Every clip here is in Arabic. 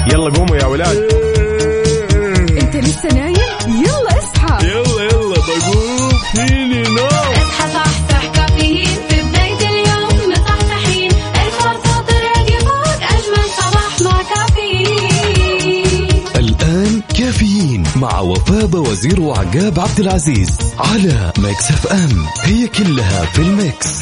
يلا قوموا يا ولاد. انت لسه نايم؟ يلا اصحى. يلا بقوم فيني نوم. اصحى صحصح كافيين في بداية اليوم مصحصحين. الفرصة تراقي فوق أجمل صباح مع كافيين. الآن كافيين مع وفاء بوزير وعقاب عبد العزيز على ميكس اف ام. هي كلها في الميكس.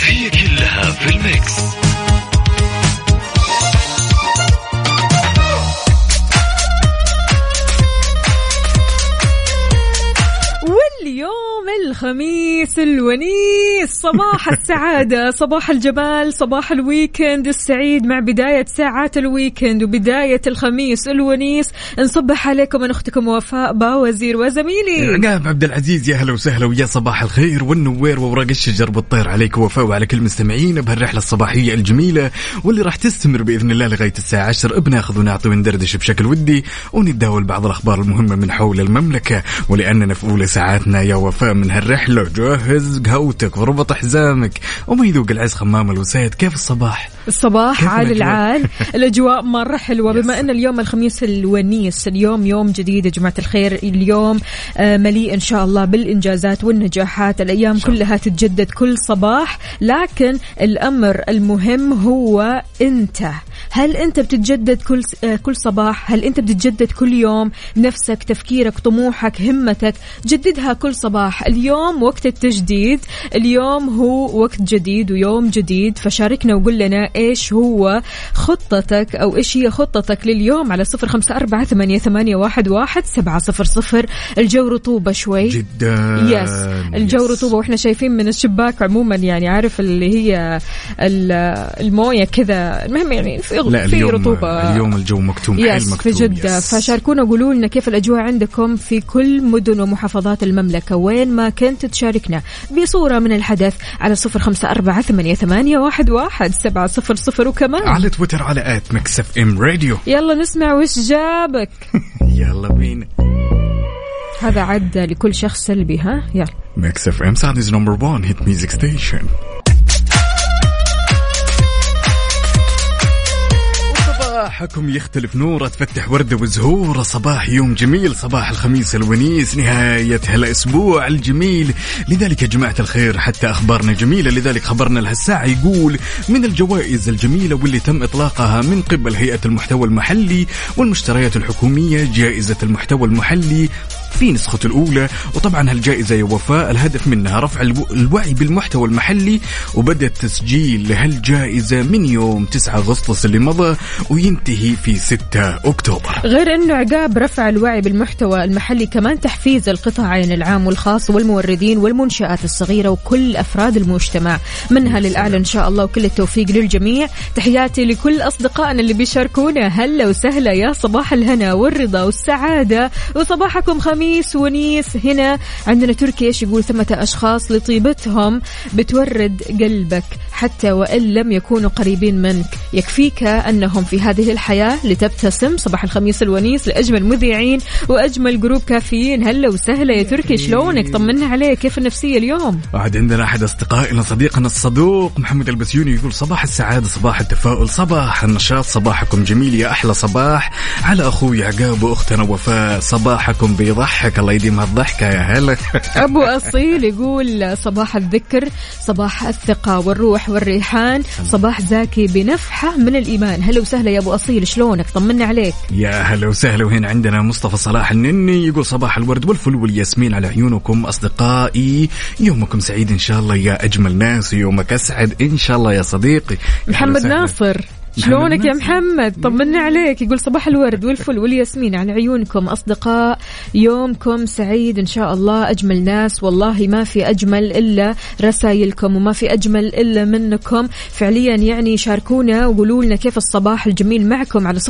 واليوم الخميس الونيس، صباح السعادة، صباح الجمال، صباح الويكند السعيد مع بداية ساعات الويكند وبداية الخميس الونيس. نصبح عليكم من أختكم وفاء باوزير وزميلي عقاب عبد العزيز. يا هلا وسهلا ويا صباح الخير والنوير وورق الشجر بالطير عليك وفاء وعلى كل مستمعين بهالرحلة الصباحية الجميلة واللي راح تستمر بإذن الله لغاية الساعة 10. بناخذ ونعطي وندردش بشكل ودي ونتداول بعض الأخبار المهمة من حول المملكة، ولأننا في أولى ساعاتنا يا وفاء من هالرحلة جهز قهوتك وربط حزامك وما يذوق العز خمام الوسيد. كيف الصباح؟ الصباح عال العال. الأجواء مرة حلوة بما أن اليوم الخميس الونيس، اليوم يوم جديد يا جماعة الخير. اليوم مليء إن شاء الله بالإنجازات والنجاحات. الأيام كلها تتجدد كل صباح، لكن الأمر المهم هو أنت. هل أنت بتتجدد كل صباح؟ هل أنت بتتجدد كل يوم؟ نفسك، تفكيرك، طموحك، همتك، جددها كل صباح. اليوم وقت التجديد، اليوم هو وقت جديد ويوم جديد. فشاركنا وقول لنا إيش هو خطتك أو إيش هي خطتك لليوم على 0548811700. الجو رطوبة شوي جدا. يس الجو رطوبة وإحنا شايفين من الشباك عموما، يعني عارف اللي هي الموية كذا. المهم يعني في رطوبة. اليوم الجو مكتوم حيل مكتوم في جدة. فشاركونا وقولوا لنا كيف الأجواء عندكم في كل مدن ومحافظات المملكة، وين ما كنت تشاركنا بصورة من الحدث على 0548811700 وكمان على تويتر على @mixfmradio. يلا نسمع وش جابك. يلا بينا. هذا عد لكل شخص سلبي. ها يلا. Mix FM Saudi's #1 hit music station. صباحكم يختلف نوره، تفتح وردة وزهورة. صباح يوم جميل، صباح الخميس الونيس، نهاية هالأسبوع الجميل. لذلك يا جماعة الخير حتى أخبارنا جميلة. لذلك خبرنا لهالساعة يقول من الجوائز الجميلة واللي تم إطلاقها من قبل هيئة المحتوى المحلي والمشتريات الحكومية جائزة المحتوى المحلي في نسخة الأولى. وطبعا هالجائزة يا وفاء الهدف منها رفع الوعي بالمحتوى المحلي، وبدأ التسجيل لهالجائزة من يوم 9 أغسطس اللي مضى وينتهي في 6 أكتوبر. غير أنه عقاب رفع الوعي بالمحتوى المحلي، كمان تحفيز القطاعين العام والخاص والموردين والمنشآت الصغيرة وكل أفراد المجتمع منها للأعلى إن شاء الله، وكل التوفيق للجميع. تحياتي لكل أصدقائنا اللي بيشاركونا. هلا وسهلا، يا صباح الهنا والرضا والسعادة وصباحكم خميس ونيس. هنا عندنا تركي ايش يقول؟ 8 أشخاص لطيبتهم بتورد قلبك حتى وإن لم يكونوا قريبين منك، يكفيك أنهم في هذه الحياة لتبتسم. صباح الخميس الونيس لأجمل مذيعين وأجمل جروب كافيين. هلا وسهلا يا تركي، شلونك؟ طمنا عليك، كيف النفسية اليوم؟ بعد عندنا أحد أصدقائنا صديقنا الصدوق محمد البسيوني يقول صباح السعادة، صباح التفاؤل، صباح النشاط، صباحكم جميل يا أحلى صباح على أخوي عقاب وأختنا وفاء، صباحكم بيضحك، الله يديم هالضحكة يا هلا. أبو أصيل يقول صباح الذكر، صباح الثقة والروح والريحان، صباح زاكي بنفحة من الإيمان. هلا وسهلا يا أبو أصيل، شلونك؟ طمنا عليك. يا هلا وسهلا. وهنا عندنا مصطفى صلاح النني يقول صباح الورد والفل والياسمين على عيونكم أصدقائي، يومكم سعيد إن شاء الله يا أجمل ناس، يومك أسعد إن شاء الله يا صديقي. محمد ناصر شلونك يا محمد؟ طمنا عليك. يقول صباح الورد والفل والياسمين على عيونكم أصدقاء، يومكم سعيد إن شاء الله أجمل ناس. والله ما في أجمل إلا رسائلكم وما في أجمل إلا منكم فعليا. يعني شاركونا وقولوا لنا كيف الصباح الجميل معكم على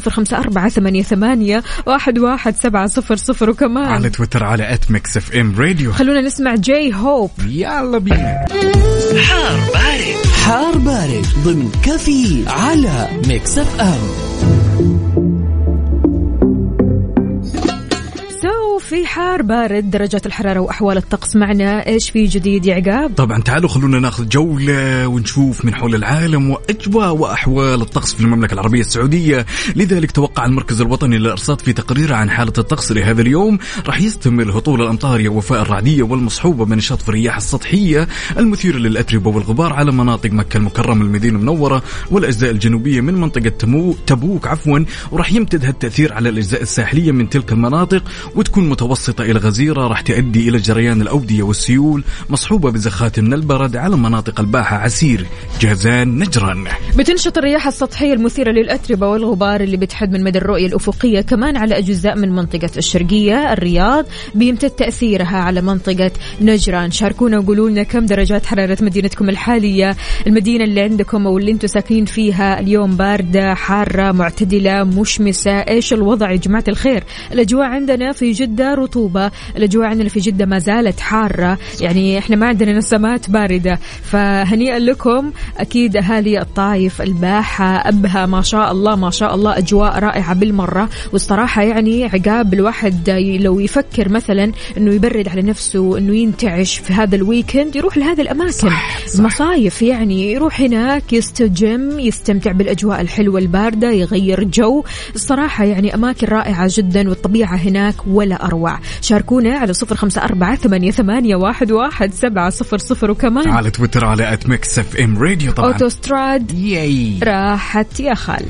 0548811700 وكمان على تويتر على @mixfmradio. خلونا نسمع جاي هوب. يلا بينا. حار بارد، حار بارد ضمن كافيين على ميكس اف ام. في حار حار بارد درجات الحرارة وأحوال الطقس معنا. إيش في جديد يا عقاب؟ طبعا تعالوا خلونا ناخذ جولة ونشوف من حول العالم وأجواء وأحوال الطقس في المملكة العربية السعودية. لذلك توقع المركز الوطني للأرصاد في تقريره عن حالة الطقس لهذا اليوم راح يستمر هطول الأمطار يا وفاء الرعدية والمصحوبة بنشاط في الرياح السطحية المثيرة للأتربة والغبار على مناطق مكة المكرمة المدينة المنورة والأجزاء الجنوبية من منطقة تبوك وراح يمتد هالتأثير على الأجزاء الساحلية من تلك المناطق وتكون متوسطة إلى غزيرة راح تؤدي إلى جريان الأودية والسيول مصحوبة بزخات من البرد على مناطق الباحة عسير جازان نجران. بتنشط الرياح السطحية المثيرة للأتربة والغبار اللي بتحد من مدى الرؤية الأفقية كمان على أجزاء من منطقة الشرقية. الرياض بيمتد تأثيرها على منطقة نجران. شاركونا وقولوا لنا كم درجات حرارة مدينتكم الحالية، المدينة اللي عندكم أو اللي انتم ساكنين فيها اليوم باردة حارة معتدلة مشمسة. إيش الوضع يا جماعة الخير؟ الأجواء عندنا في جدة رطوبة، الأجواء عندنا في جدة ما زالت حارة، يعني إحنا ما عندنا نسمات باردة، فهنيئا لكم. أكيد أهالي الطايف الباحة أبها ما شاء الله ما شاء الله أجواء رائعة بالمرة. والصراحة يعني عقاب الواحد لو يفكر مثلا إنه يبرد على نفسه إنه ينتعش في هذا الويكند يروح لهذه الأماكن صح. مصايف يعني يروح هناك يستجم يستمتع بالأجواء الحلوة الباردة يغير جو. الصراحة يعني أماكن رائعة جدا والطبيعة هناك ولا أروع. شاركونا على 0548811700 وكمان على تويتر على @mixfmradio. طبعا أوتوستراد راحت يا خال.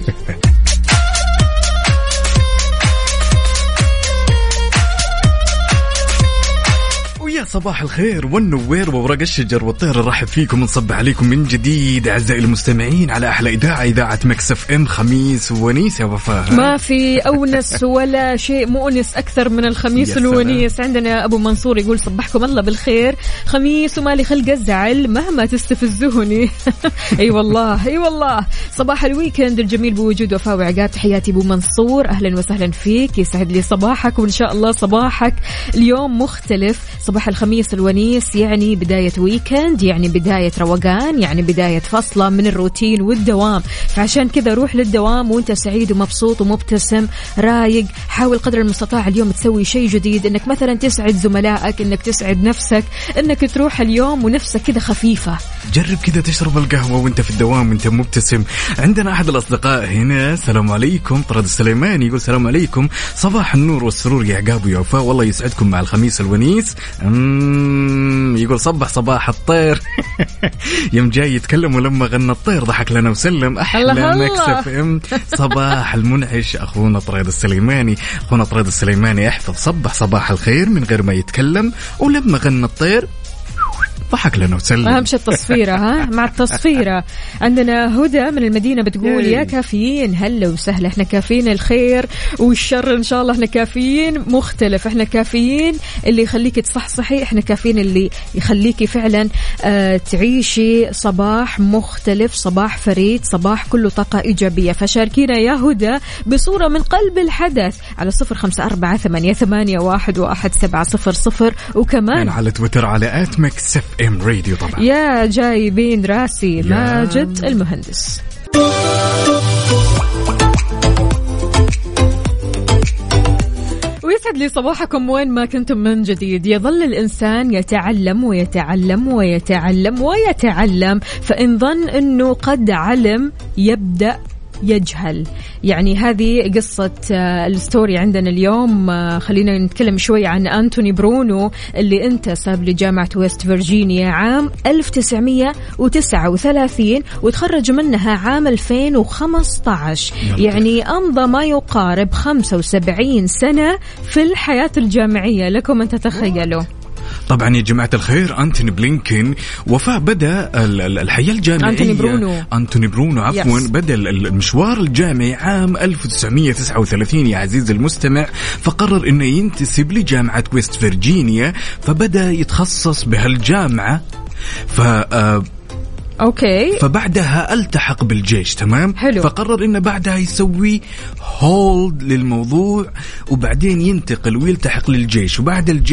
يا صباح الخير والنوير وورق الشجر والطير، نرحب فيكم ونصبح عليكم من جديد أعزائي المستمعين على أحلى إذاعة مكس اف ام. خميس ونيس يا وفاء، ما في أونس ولا شيء مؤنس أكثر من الخميس الونيس. عندنا أبو منصور يقول صبحكم الله بالخير، خميس ومالي خلق الزعل مهما تستفزوني. أي والله أي والله. صباح الويكند الجميل بوجود وفاء وعقاب. تحياتي أبو منصور، أهلا وسهلا فيك، يسعد لي صباحك وإن شاء الله صباحك اليوم مختلف. صباح الخميس الونيس يعني بداية ويكند، يعني بداية روقان، يعني بداية فصلة من الروتين والدوام. فعشان كذا روح للدوام وانت سعيد ومبسوط ومبتسم رايق. حاول قدر المستطاع اليوم تسوي شيء جديد، انك مثلا تسعد زملائك، انك تسعد نفسك، انك تروح اليوم ونفسك كذا خفيفة. جرب كذا تشرب القهوة وانت في الدوام وانت مبتسم. عندنا أحد الأصدقاء هنا، السلام عليكم، طراد السليماني يقول السلام عليكم، صباح النور والسرور يا عقاب ويا وفاء، والله يسعدكم مع الخميس الونيس. يقول صباح الطير. يوم جاي يتكلم ولما غنى الطير ضحك لنا وسلم. أحلى مكس اف ام. صباح المنعش أخونا طراد السليماني. أخونا طراد السليماني احفظ صباح الخير من غير ما يتكلم، ولما غنى الطير ضحك لنا وسلم. أهم شيء التصفيرة. ها مع التصفيرة. عندنا هدى من المدينة بتقول يا كافيين، هلا وسهلا. احنا كافيين الخير والشر ان شاء الله. احنا كافيين مختلف، احنا كافيين اللي يخليك تصحصحي، احنا كافيين اللي يخليكي فعلا تعيشي صباح مختلف، صباح فريد، صباح كله طاقة إيجابية. فشاركينا يا هدى بصورة من قلب الحدث على 0548811700 وكمان على تويتر على @mixfmradio. طبعا يا جايبين راسي ماجد المهندس. ويسعد لي صباحكم وين ما كنتم من جديد. يظل الإنسان يتعلم ويتعلم ويتعلم ويتعلم، فإن ظن أنه قد علم يبدأ يجهل. يعني هذه قصة الستوري عندنا اليوم. خلينا نتكلم شوي عن أنتوني برونو اللي انتسب لجامعة ويست فيرجينيا عام 1939 وتخرج منها عام 2015. يعني أمضى ما يقارب 75 سنة في الحياة الجامعية، لكم أن تتخيلوا. طبعا يا جماعة الخير، أنتوني بلينكن وفاء بدأ الحياة الجامعية. أنتوني برونو عفوا بدأ المشوار الجامعي عام 1939 يا عزيز المستمع. فقرر إنه ينتسب لجامعة ويست فيرجينيا، فبدأ يتخصص بهالجامعة. أوكي. فبعدها التحق بالجيش. تمام. حلو. فقرر إنه بعدها يسوي هولد للموضوع وبعدين ينتقل ويلتحق للجيش، وبعد الجيش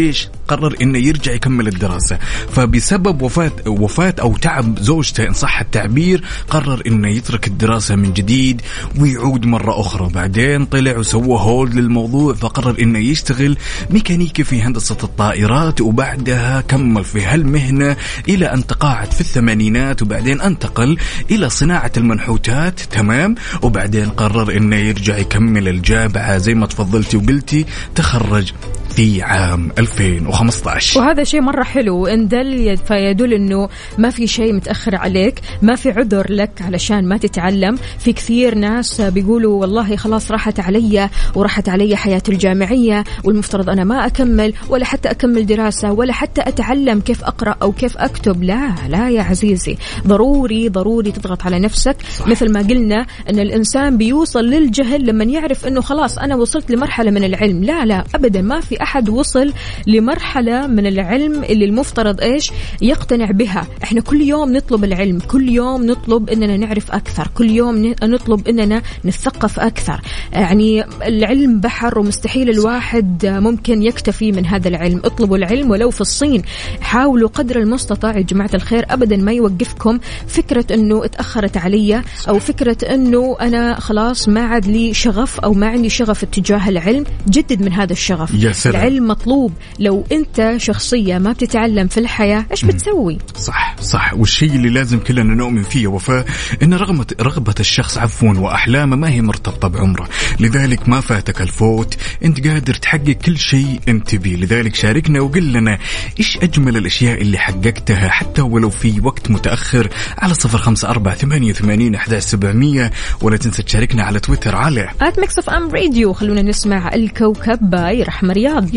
قرر إنه يرجع يكمل الدراسة. فبسبب وفاة أو تعب زوجته إن صح التعبير قرر إنه يترك الدراسة من جديد ويعود مرة أخرى. بعدين طلع وسوى هولد للموضوع، فقرر إنه يشتغل ميكانيكي في هندسة الطائرات، وبعدها كمل في هالمهنة إلى أن تقاعد في الثمانينات، وبعدين انتقل إلى صناعة المنحوتات. تمام. وبعدين قرر إنه يرجع يكمل الجامعة زي ما تفضلتي وقلتي، تخرج في عام 2015. وهذا شيء مرة حلو إن دل فيدل إنه ما في شيء متأخر عليك، ما في عذر لك علشان ما تتعلم. في كثير ناس بيقولوا والله خلاص راحت علي وراحت علي حياتي الجامعية، والمفترض أنا ما أكمل ولا حتى أكمل دراسة ولا حتى أتعلم كيف أقرأ أو كيف أكتب. لا يا عزيزي، ضروري تضغط على نفسك. صح. مثل ما قلنا أن الإنسان بيوصل للجهل لما يعرف أنه خلاص أنا وصلت لمرحلة من العلم. لا أبدا، ما في أحد وصل لمرحلة من العلم اللي المفترض إيش يقتنع بها. إحنا كل يوم نطلب العلم، كل يوم نطلب إننا نعرف أكثر، كل يوم نطلب إننا نثقف أكثر. يعني العلم بحر ومستحيل الواحد ممكن يكتفي من هذا العلم. اطلبوا العلم ولو في الصين، حاولوا قدر المستطاع يا جماعة الخير. أبدا ما يوقفكم فكرة أنه اتأخرت علي أو فكرة أنه أنا خلاص ما عاد لي شغف أو ما عندي شغف اتجاه العلم. جدد من هذا الشغف. العلم مطلوب. لو أنت شخصية ما بتتعلم في الحياة إيش بتسوي؟ صح. والشيء اللي لازم كلنا نؤمن فيه وفاء إن رغبة الشخص وأحلامه ما هي مرتبطة بعمره. لذلك ما فاتك الفوت، أنت قادر تحقق كل شيء أنت بيه. لذلك شاركنا وقل لنا إيش أجمل الأشياء اللي حققتها حتى ولو في وقت متأخر على 0548811700. ولا تنسى تشاركنا على تويتر على @mixfmradio. خلونا نسمع الكوكب باي رحمة رياض.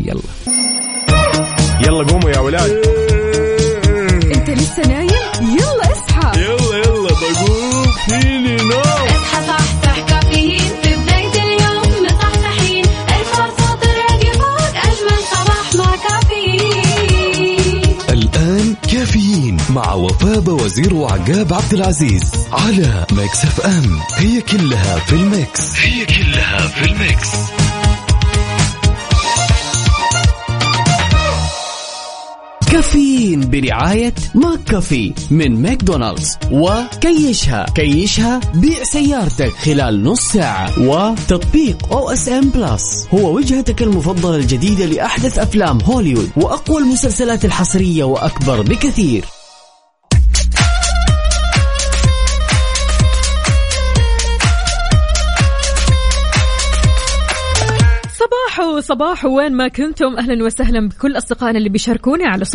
يلا قوموا يا ولاد. انت لسه نايم؟ يلا اصحى. يلا بقوم فيني نوم. اصحى صحصح كافيين في بداية اليوم مصحصحين. الفرصة تراقي فوق أجمل صباح مع كافيين. الآن كافيين مع وفاء وزير وعقاب عبد العزيز على ميكس اف ام. هي كلها في الميكس. كافيين برعاية ماك كافي من ماكدونالدز، وكيشها بيع سيارتك خلال نص ساعة، وتطبيق OSM بلس هو وجهتك المفضلة الجديدة لأحدث أفلام هوليوود وأقوى المسلسلات الحصرية وأكبر بكثير. صباح وين ما كنتم. أهلا وسهلا بكل أصدقائنا اللي بيشاركونا على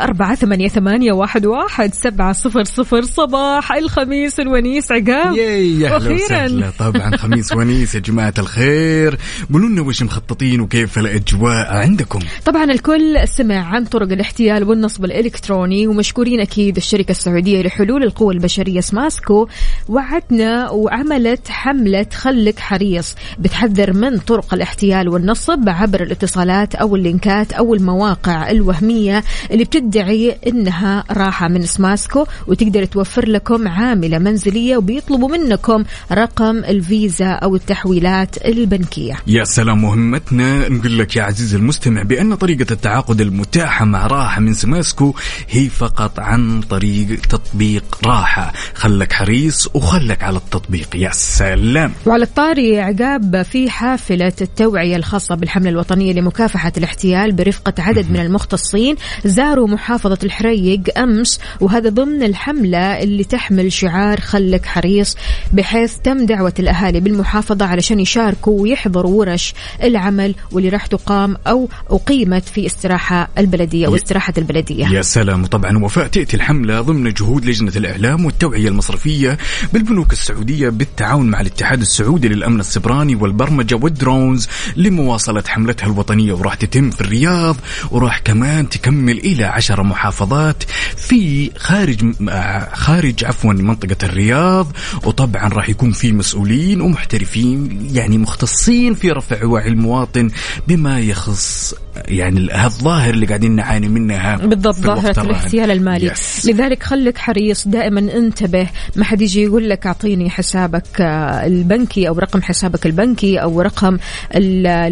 0548811700. صباح الخميس الونيس عقاب. أخيرا طبعا خميس ونيس يا جماعة الخير. قولوا لنا وش مخططين وكيف الأجواء عندكم. طبعا الكل سمع عن طرق الاحتيال والنصب الإلكتروني، ومشكورين أكيد الشركة السعودية لحلول القوى البشرية سماسكو وعدنا وعملت حملة خلك حريص بتحذر من طرق الاحتيال والنصب عبر الاتصالات أو اللينكات أو المواقع الوهمية اللي بتدعي إنها راحة من سماسكو وتقدر توفر لكم عاملة منزلية وبيطلبوا منكم رقم الفيزا أو التحويلات البنكية. يا سلام. مهمتنا نقول لك يا عزيزي المستمع بأن طريقة التعاقد المتاحة مع راحة من سماسكو هي فقط عن طريق تطبيق راحة. خلك حريص وخلك على التطبيق. يا سلام. وعلى الطاري عقاب، في حافلة التوعية الخاصة بالحملة الوطنية لمكافحة الاحتيال برفقة عدد من المختصين زاروا محافظة الحريق أمس، وهذا ضمن الحملة اللي تحمل شعار خلك حريص، بحيث تم دعوة الأهالي بالمحافظة علشان يشاركوا ويحضروا ورش العمل واللي راح تقام أو أقيمت في استراحة البلدية أو استراحة البلدية. يا سلام. وطبعا وفاء تأتي الحملة ضمن جهود لجنة الإعلام والتوعية المصرفية بالبنوك السعودية بالتعاون مع الاتحاد السعودي للأمن السبراني والبرمجة والدرونز لمواصلة حملتها الوطنية، وراح تتم في الرياض، وراح كمان تكمل إلى 10 محافظات في خارج منطقة الرياض. وطبعا راح يكون في مسؤولين ومحترفين يعني مختصين في رفع وعي المواطن بما يخص يعني هالظاهر اللي قاعدين نعاني منها بالضبط، ظاهرة الاحتيال المالي. لذلك خلك حريص دائما، انتبه، ما حد يجي يقول لك أعطيني حسابك البنكي أو رقم حسابك البنكي أو رقم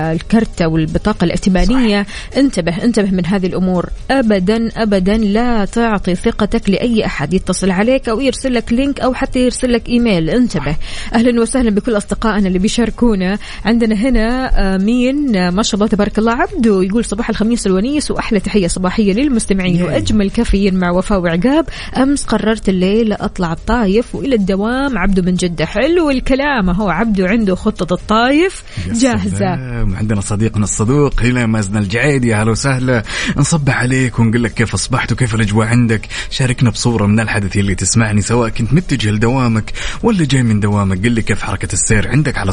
الكرت أو البطاقة الائتمانية، انتبه من هذه الأمور. أبدا لا تعطي ثقتك لأي أحد يتصل عليك أو يرسل لك لينك أو حتى يرسل لك إيميل. انتبه. أهلا وسهلا بكل أصدقائنا اللي بيشاركونا. عندنا هنا مين ما شاء الله تبارك الله، عبدو يقول صباح الخميس الونيس وأحلى تحية صباحية للمستمعين وأجمل كافيين مع وفاء وعقاب. أمس قررت الليل أطلع الطايف وإلى الدوام. عبدو من جدة. حلو الكلام. هو عبدو عنده خطة الطايف جاهزة. عندنا صديقنا الصدوق هنا مازن الجعيدي. أهلا وسهلا، نصبح عليك ونقول لك كيف أصبحت وكيف الأجواء عندك. شاركنا بصورة من الحدث اللي تسمعني، سواء كنت متجه لدوامك ولا جاي من دوامك. قل لي كيف حركة السير عندك على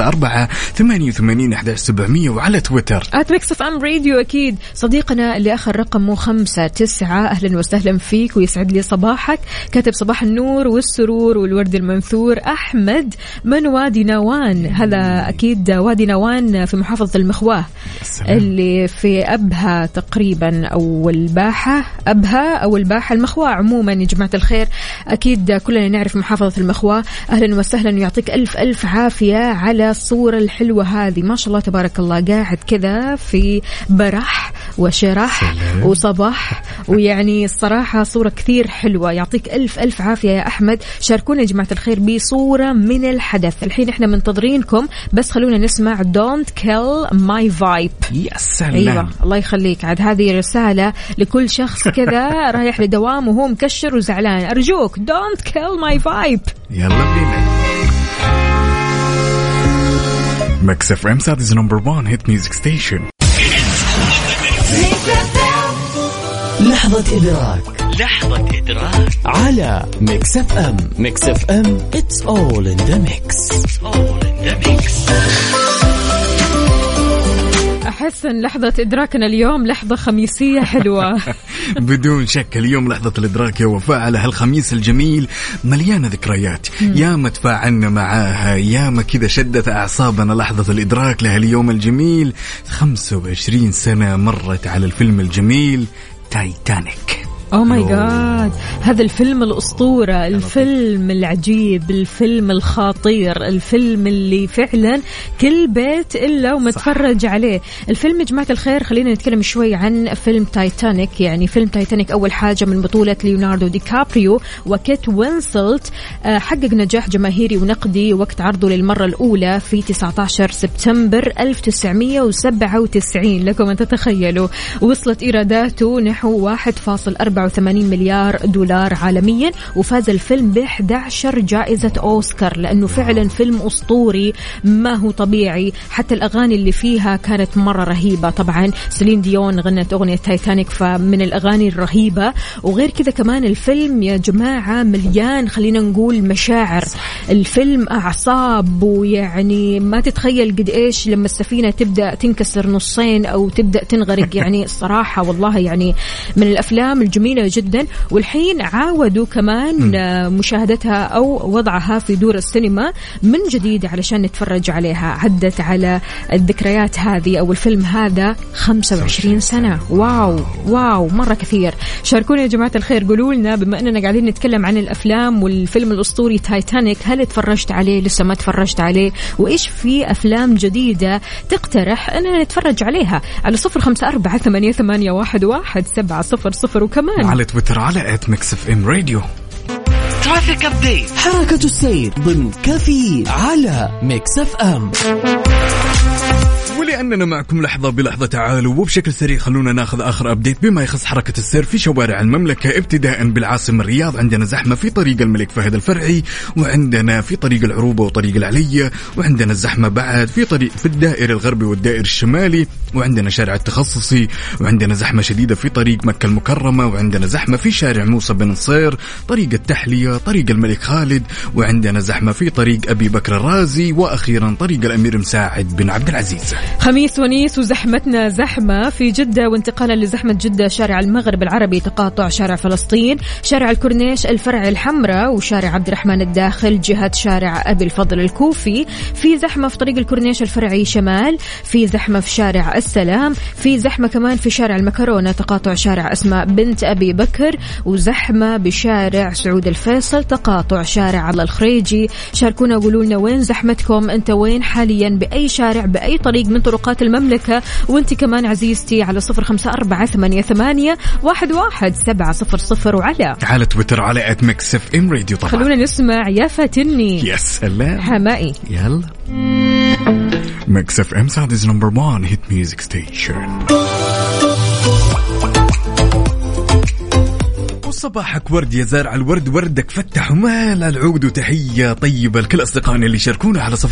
0548811700 وعلى تويتر @mixfmradio. أكيد صديقنا اللي آخر رقمه 59. أهلا وسهلا فيك ويسعد لي صباحك. كاتب صباح النور والسرور والورد المنثور. أحمد من وادي نوان. هذا أكيد وادي نوان في محافظة المخواه اللي في أبها تقريبا أو الباحة. أبها أو الباحة المخواه عموما يا جماعة الخير. أكيد كلنا نعرف محافظة المخواه. أهلا وسهلا ويعطيك ألف عافية على الصورة الحلوة هذه. ما شاء الله تبارك الله، قاعد كذا في برح وشرح وصباح، ويعني الصراحة صورة كثير حلوة. يعطيك ألف عافية يا أحمد. شاركونا يا جماعة الخير بصورة من الحدث. الحين احنا منتظرينكم، بس خلونا نسمع Don't Kill My Vibe. يا سلام. أيوة الله يخليك. عاد هذه رسالة لكل شخص كذا رايح لدوام وهو مكشر وزعلان. أرجوك Don't Kill My Vibe. يلا بينا. Mix FM is number 1 hit music station. لحظة إدراك على ميكس اف ام. ميكس اف ام it's all in the mix. أحس أن لحظة إدراكنا اليوم لحظة خميسية حلوة. بدون شك اليوم لحظة الإدراك يا وفاء على هالخميس الجميل، مليانة ذكريات. ياما تفاعلنا معاها، ياما كذا شدت أعصابنا لحظة الإدراك لهاليوم الجميل. 25 سنة مرت على الفيلم الجميل تايتانيك. أوه ماي جاد، هذا الفيلم الأسطورة، الفيلم العجيب، الفيلم الخطير، الفيلم اللي فعلا كل بيت إلا وما تفرج عليه. الفيلم يا جماعة الخير خلينا نتكلم شوي عن فيلم تايتانيك. يعني فيلم تايتانيك أول حاجة من بطولة ليوناردو دي كابريو وكيت وينسلت، حقق نجاح جماهيري ونقدي وقت عرضه للمرة الأولى في 19 سبتمبر 1997. لكم أن تتخيلوا وصلت إيراداته نحو 1.84 مليار دولار عالميا، وفاز الفيلم ب11 جائزة أوسكار لأنه فعلا فيلم أسطوري ما هو طبيعي. حتى الأغاني اللي فيها كانت مرة رهيبة. طبعا سيلين ديون غنت أغنية تايتانيك، فمن الأغاني الرهيبة. وغير كذا كمان الفيلم يا جماعة مليان خلينا نقول مشاعر. الفيلم أعصاب، ويعني ما تتخيل قد إيش لما السفينة تبدأ تنكسر نصين أو تبدأ تنغرق. يعني الصراحة والله يعني من الأفلام الجميلة جدا. والحين عاودوا كمان مشاهدتها أو وضعها في دور السينما من جديد علشان نتفرج عليها. عدت على الذكريات هذه أو الفيلم هذا 25 سنة. واو مرة كثير. شاركونا يا جماعة الخير، قولوا لنا بما أننا قاعدين نتكلم عن الأفلام والفيلم الأسطوري تايتانيك، هل اتفرجت عليه لسه ما اتفرجت عليه؟ وإيش في أفلام جديدة تقترح أننا نتفرج عليها على 0548811700 وكمان على تويتر على @mixfmradio. ترافيك أبديت، حركة السير ضمن كافيين على ميكس اف ام. ولأننا معكم لحظة بلحظة، تعالوا وبشكل سريع خلونا ناخذ آخر أبديت بما يخص حركة السير في شوارع المملكة. ابتداء بالعاصمة الرياض، عندنا زحمة في طريق الملك فهد الفرعي، وعندنا في طريق العروبة وطريق العلية، وعندنا الزحمة بعد في الدائر الغربي والدائر الشمالي، وعندنا شارع التخصصي، وعندنا زحمة شديدة في طريق مكة المكرمة، وعندنا زحمة في شارع موسى بن نصير، طريق التحلية، طريق الملك خالد، وعندنا زحمة في طريق أبي بكر الرازي، وأخيرا طريق الأمير مساعد بن عبد العزيز. خميس ونيس وزحمتنا زحمة في جدة. وانتقالا لزحمة جدة، شارع المغرب العربي، تقاطع شارع فلسطين، شارع الكورنيش الفرع الحمراء، وشارع عبد الرحمن الداخل جهة شارع أبي الفضل الكوفي. في زحمة في طريق الكورنيش الفرعي شمال، في زحمة في شارع السلام. في زحمة كمان في شارع المكرونة، تقاطع شارع أسماء بنت أبي بكر، وزحمة بشارع سعود الفيصل، تقاطع شارع على الخريجي. شاركونا وقولوا لنا وين زحمتكم، أنت وين حاليا، بأي شارع، بأي طريق من طرقات المملكة. وأنت كمان عزيزتي على 0548811700 وعلى تويتر على @mixfmradio. طبعا خلونا نسمع يا فاتني. يا سلام حمائي. يلا Mix FM Saudi's #1 hit music station. صباحك ورد يا زارع الورد، وردك فتح ومال العود. وتحية طيبة لكل أصدقائنا اللي شاركونا على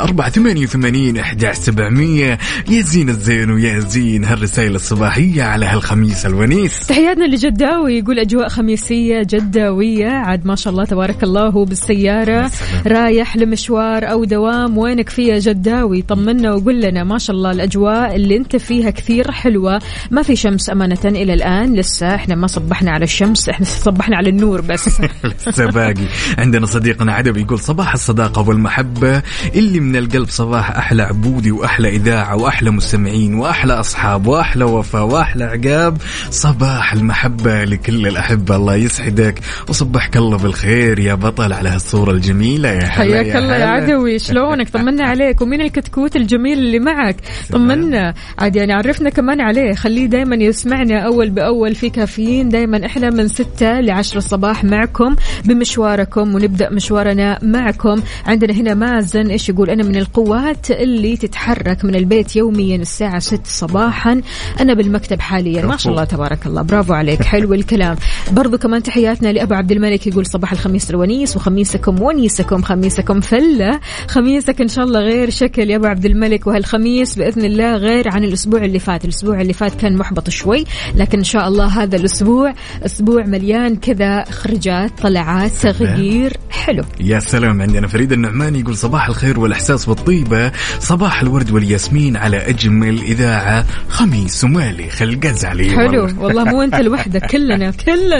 0548811700. يا زين الزين ويا زين هالرسائل الصباحية على هالخميس الونيس. تحياتنا لجداوي، يقول أجواء خميسية جداوية عاد ما شاء الله تبارك الله. هو بالسيارة رايح لمشوار أو دوام، وينك فيها جداوي؟ طمنا وقول لنا. ما شاء الله الأجواء اللي انت فيها كثير حلوة، ما في شمس أمانة إلى الآن، لسه احنا ما صبحنا على الشمس، احنا صبحنا على النور بس. لسه باقي. عندنا صديقنا عدب يقول صباح الصداقة والمحبة اللي من القلب، صباح أحلى عبودي وأحلى إذاعة وأحلى مستمعين وأحلى أصحاب وأحلى وفاء وأحلى عقاب. صباح المحبة لكل الأحبة، الله يسعدك وصبحك الله بالخير يا بطل على هالصورة الجميلة. يا حياك الله يا عدوي، شلونك؟ طمنا عليك. ومين الكتكوت الجميل اللي معك؟ طمنا عاد، يعني عرفنا كمان عليه، خليه دايما يسمعنا أول بأول في كافيين. دايما إحنا من 6 ل10 الصباح معكم بمشواركم، ونبدأ مشوارنا معكم. عندنا هنا مازن إيش يقول؟ أنا من القوات اللي تتحرك من البيت يوميا الساعة 6 صباحا، أنا بالمكتب حاليا. ما شاء الله تبارك الله، برافو عليك، حلو الكلام. برضو كمان تحياتنا لأبو عبد الملك، يقول صباح الخميس الونيس، وخميسكم ونيسكم، خميسكم فلة، خميسك إن شاء الله غير شكل يا أبو عبد الملك، وهالخميس بإذن الله غير عن الأسبوع اللي فات. الأسبوع اللي فات كان محبط شوي، لكن إن شاء الله هذا الأسبوع أسبوع مليان كذا خرجات، طلعات، تغيير حلو. يا سلام. عندنا فريد النعمان يقول صباح الخير والإحساس بالطيبة، صباح الورد والياسمين على أجمل إذاعة، خميس ومالي خلق أزعلي. حلو والله، مو أنت لوحدك، كلنا.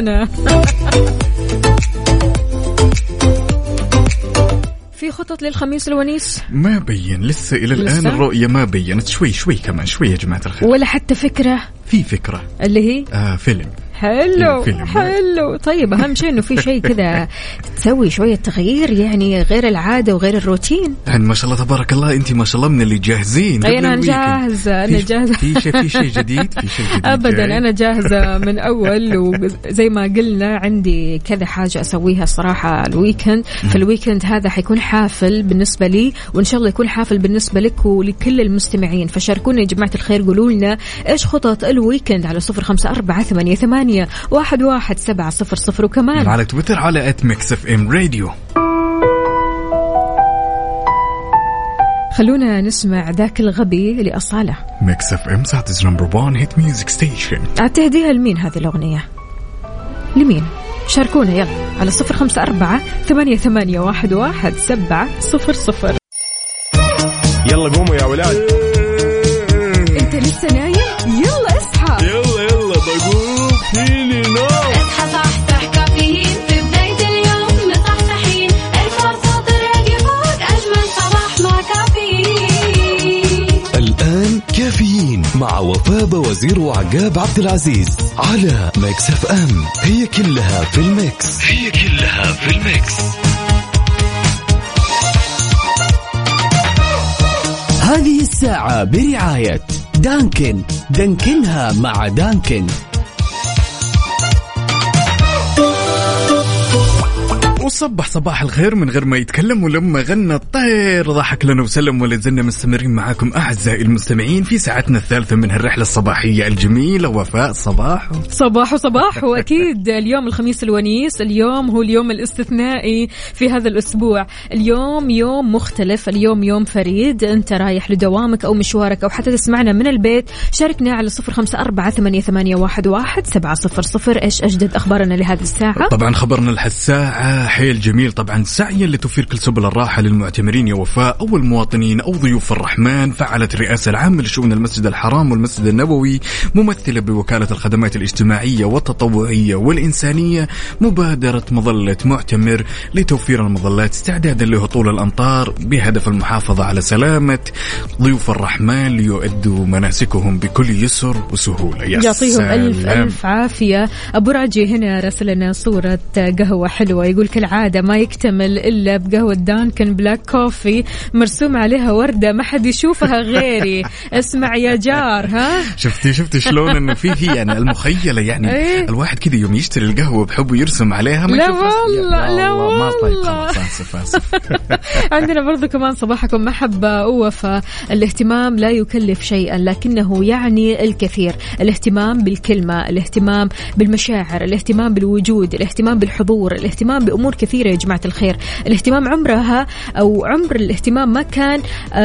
في خطط للخميس الونيس؟ ما بين لسه إلى الآن، الرؤية ما بينت. شوي كمان شوي يا جماعة الخير، ولا حتى فكرة. في فكرة اللي هي فيلم. حلو. طيب أهم شيء إنه في شيء كذا تسوي شوية تغيير، يعني غير العادة وغير الروتين. يعني ما شاء الله تبارك الله، أنت ما شاء الله من اللي جاهزين. أنا جاهزة. في شيء جديد. أبدا أنا جاهزة من أول. وزي ما قلنا عندي كذا حاجة أسويها الصراحة الويكند. في الويكند هذا حيكون حافل بالنسبة لي، وإن شاء الله يكون حافل بالنسبة لك ولكل المستمعين. فشاركونا يا جماعة الخير، قولوا لنا إيش خطط الويكند على 0548811700، وكمان على تويتر على @mixfmradio. خلونا نسمع ذاك الغبي لأصالة. Mix FM Saudi's #1 hit music station. أعتهديها لمين هذه الأغنية؟ لمين؟ شاركونا يلا على 0548811700. يلا قوموا يا ولاد. انت لسه نايم؟ يلا اصحى. يلا بقوم فيني نوم. اصحى صحصح كافيين في بداية اليوم مصحصحين، ارفع صوت الراديو فوق أجمل صباح مع كافيين. الآن كافيين مع وفاء وزير وعقاب عبد العزيز على ميكس اف ام. هي كلها في الميكس. هذه الساعة برعاية دانكن، دانكنها مع دانكن. وصبح صباح الخير من غير ما يتكلم، ولما غنى الطير ضحك لنا وسلم. ولا زلنا مستمرين معاكم أعزائي المستمعين في ساعتنا الثالثة من هالرحلة الصباحية الجميلة. وفاء صباح وأكيد اليوم الخميس الونيس، اليوم هو اليوم الاستثنائي في هذا الأسبوع. اليوم يوم مختلف، اليوم يوم فريد. أنت رايح لدوامك أو مشوارك أو حتى تسمعنا من البيت، شاركنا على 0548811700. إيش أجدد أخبارنا لهذه الساعة؟ طبعا خبرنا لهالساعة حيل جميل طبعا. سعيا لتوفير كل سبل الراحة للمعتمرين يا وفاء أو المواطنين أو ضيوف الرحمن، فعلت الرئاسة العامة لشؤون المسجد الحرام والمسجد النبوي ممثلة بوكالة الخدمات الاجتماعية والتطوعية والإنسانية مبادرة مظلة معتمر لتوفير المظلات استعدادا لهطول الأمطار بهدف المحافظة على سلامة ضيوف الرحمن ليؤدوا مناسكهم بكل يسر وسهولة. يعطيهم ألف عافية. أبو راجي هنا رسل لنا صورة قهوة حلوة، يقول كالعادة ما يكتمل إلا بقهوة دانكن بلاك كوفي مرسوم عليها وردة ما حد يشوفها غيري. اسمع يا جار. ها شفتي شلون انه فيه يعني المخيلة يعني الواحد كذا يوم يشتري القهوة بحبه يرسم عليها. ما لا والله ما طيب خلاص. عندنا برضو كمان صباحكم محبة ووفاء. الاهتمام لا يكلف شيئا لكنه يعني الكثير. الاهتمام بالكلمة، الاهتمام بالمشاعر، الاهتمام بالوجود، الاهتمام بالحضور، الاهتمام بأمور كثيرة يا جماعة الخير. الاهتمام عمر الاهتمام ما كان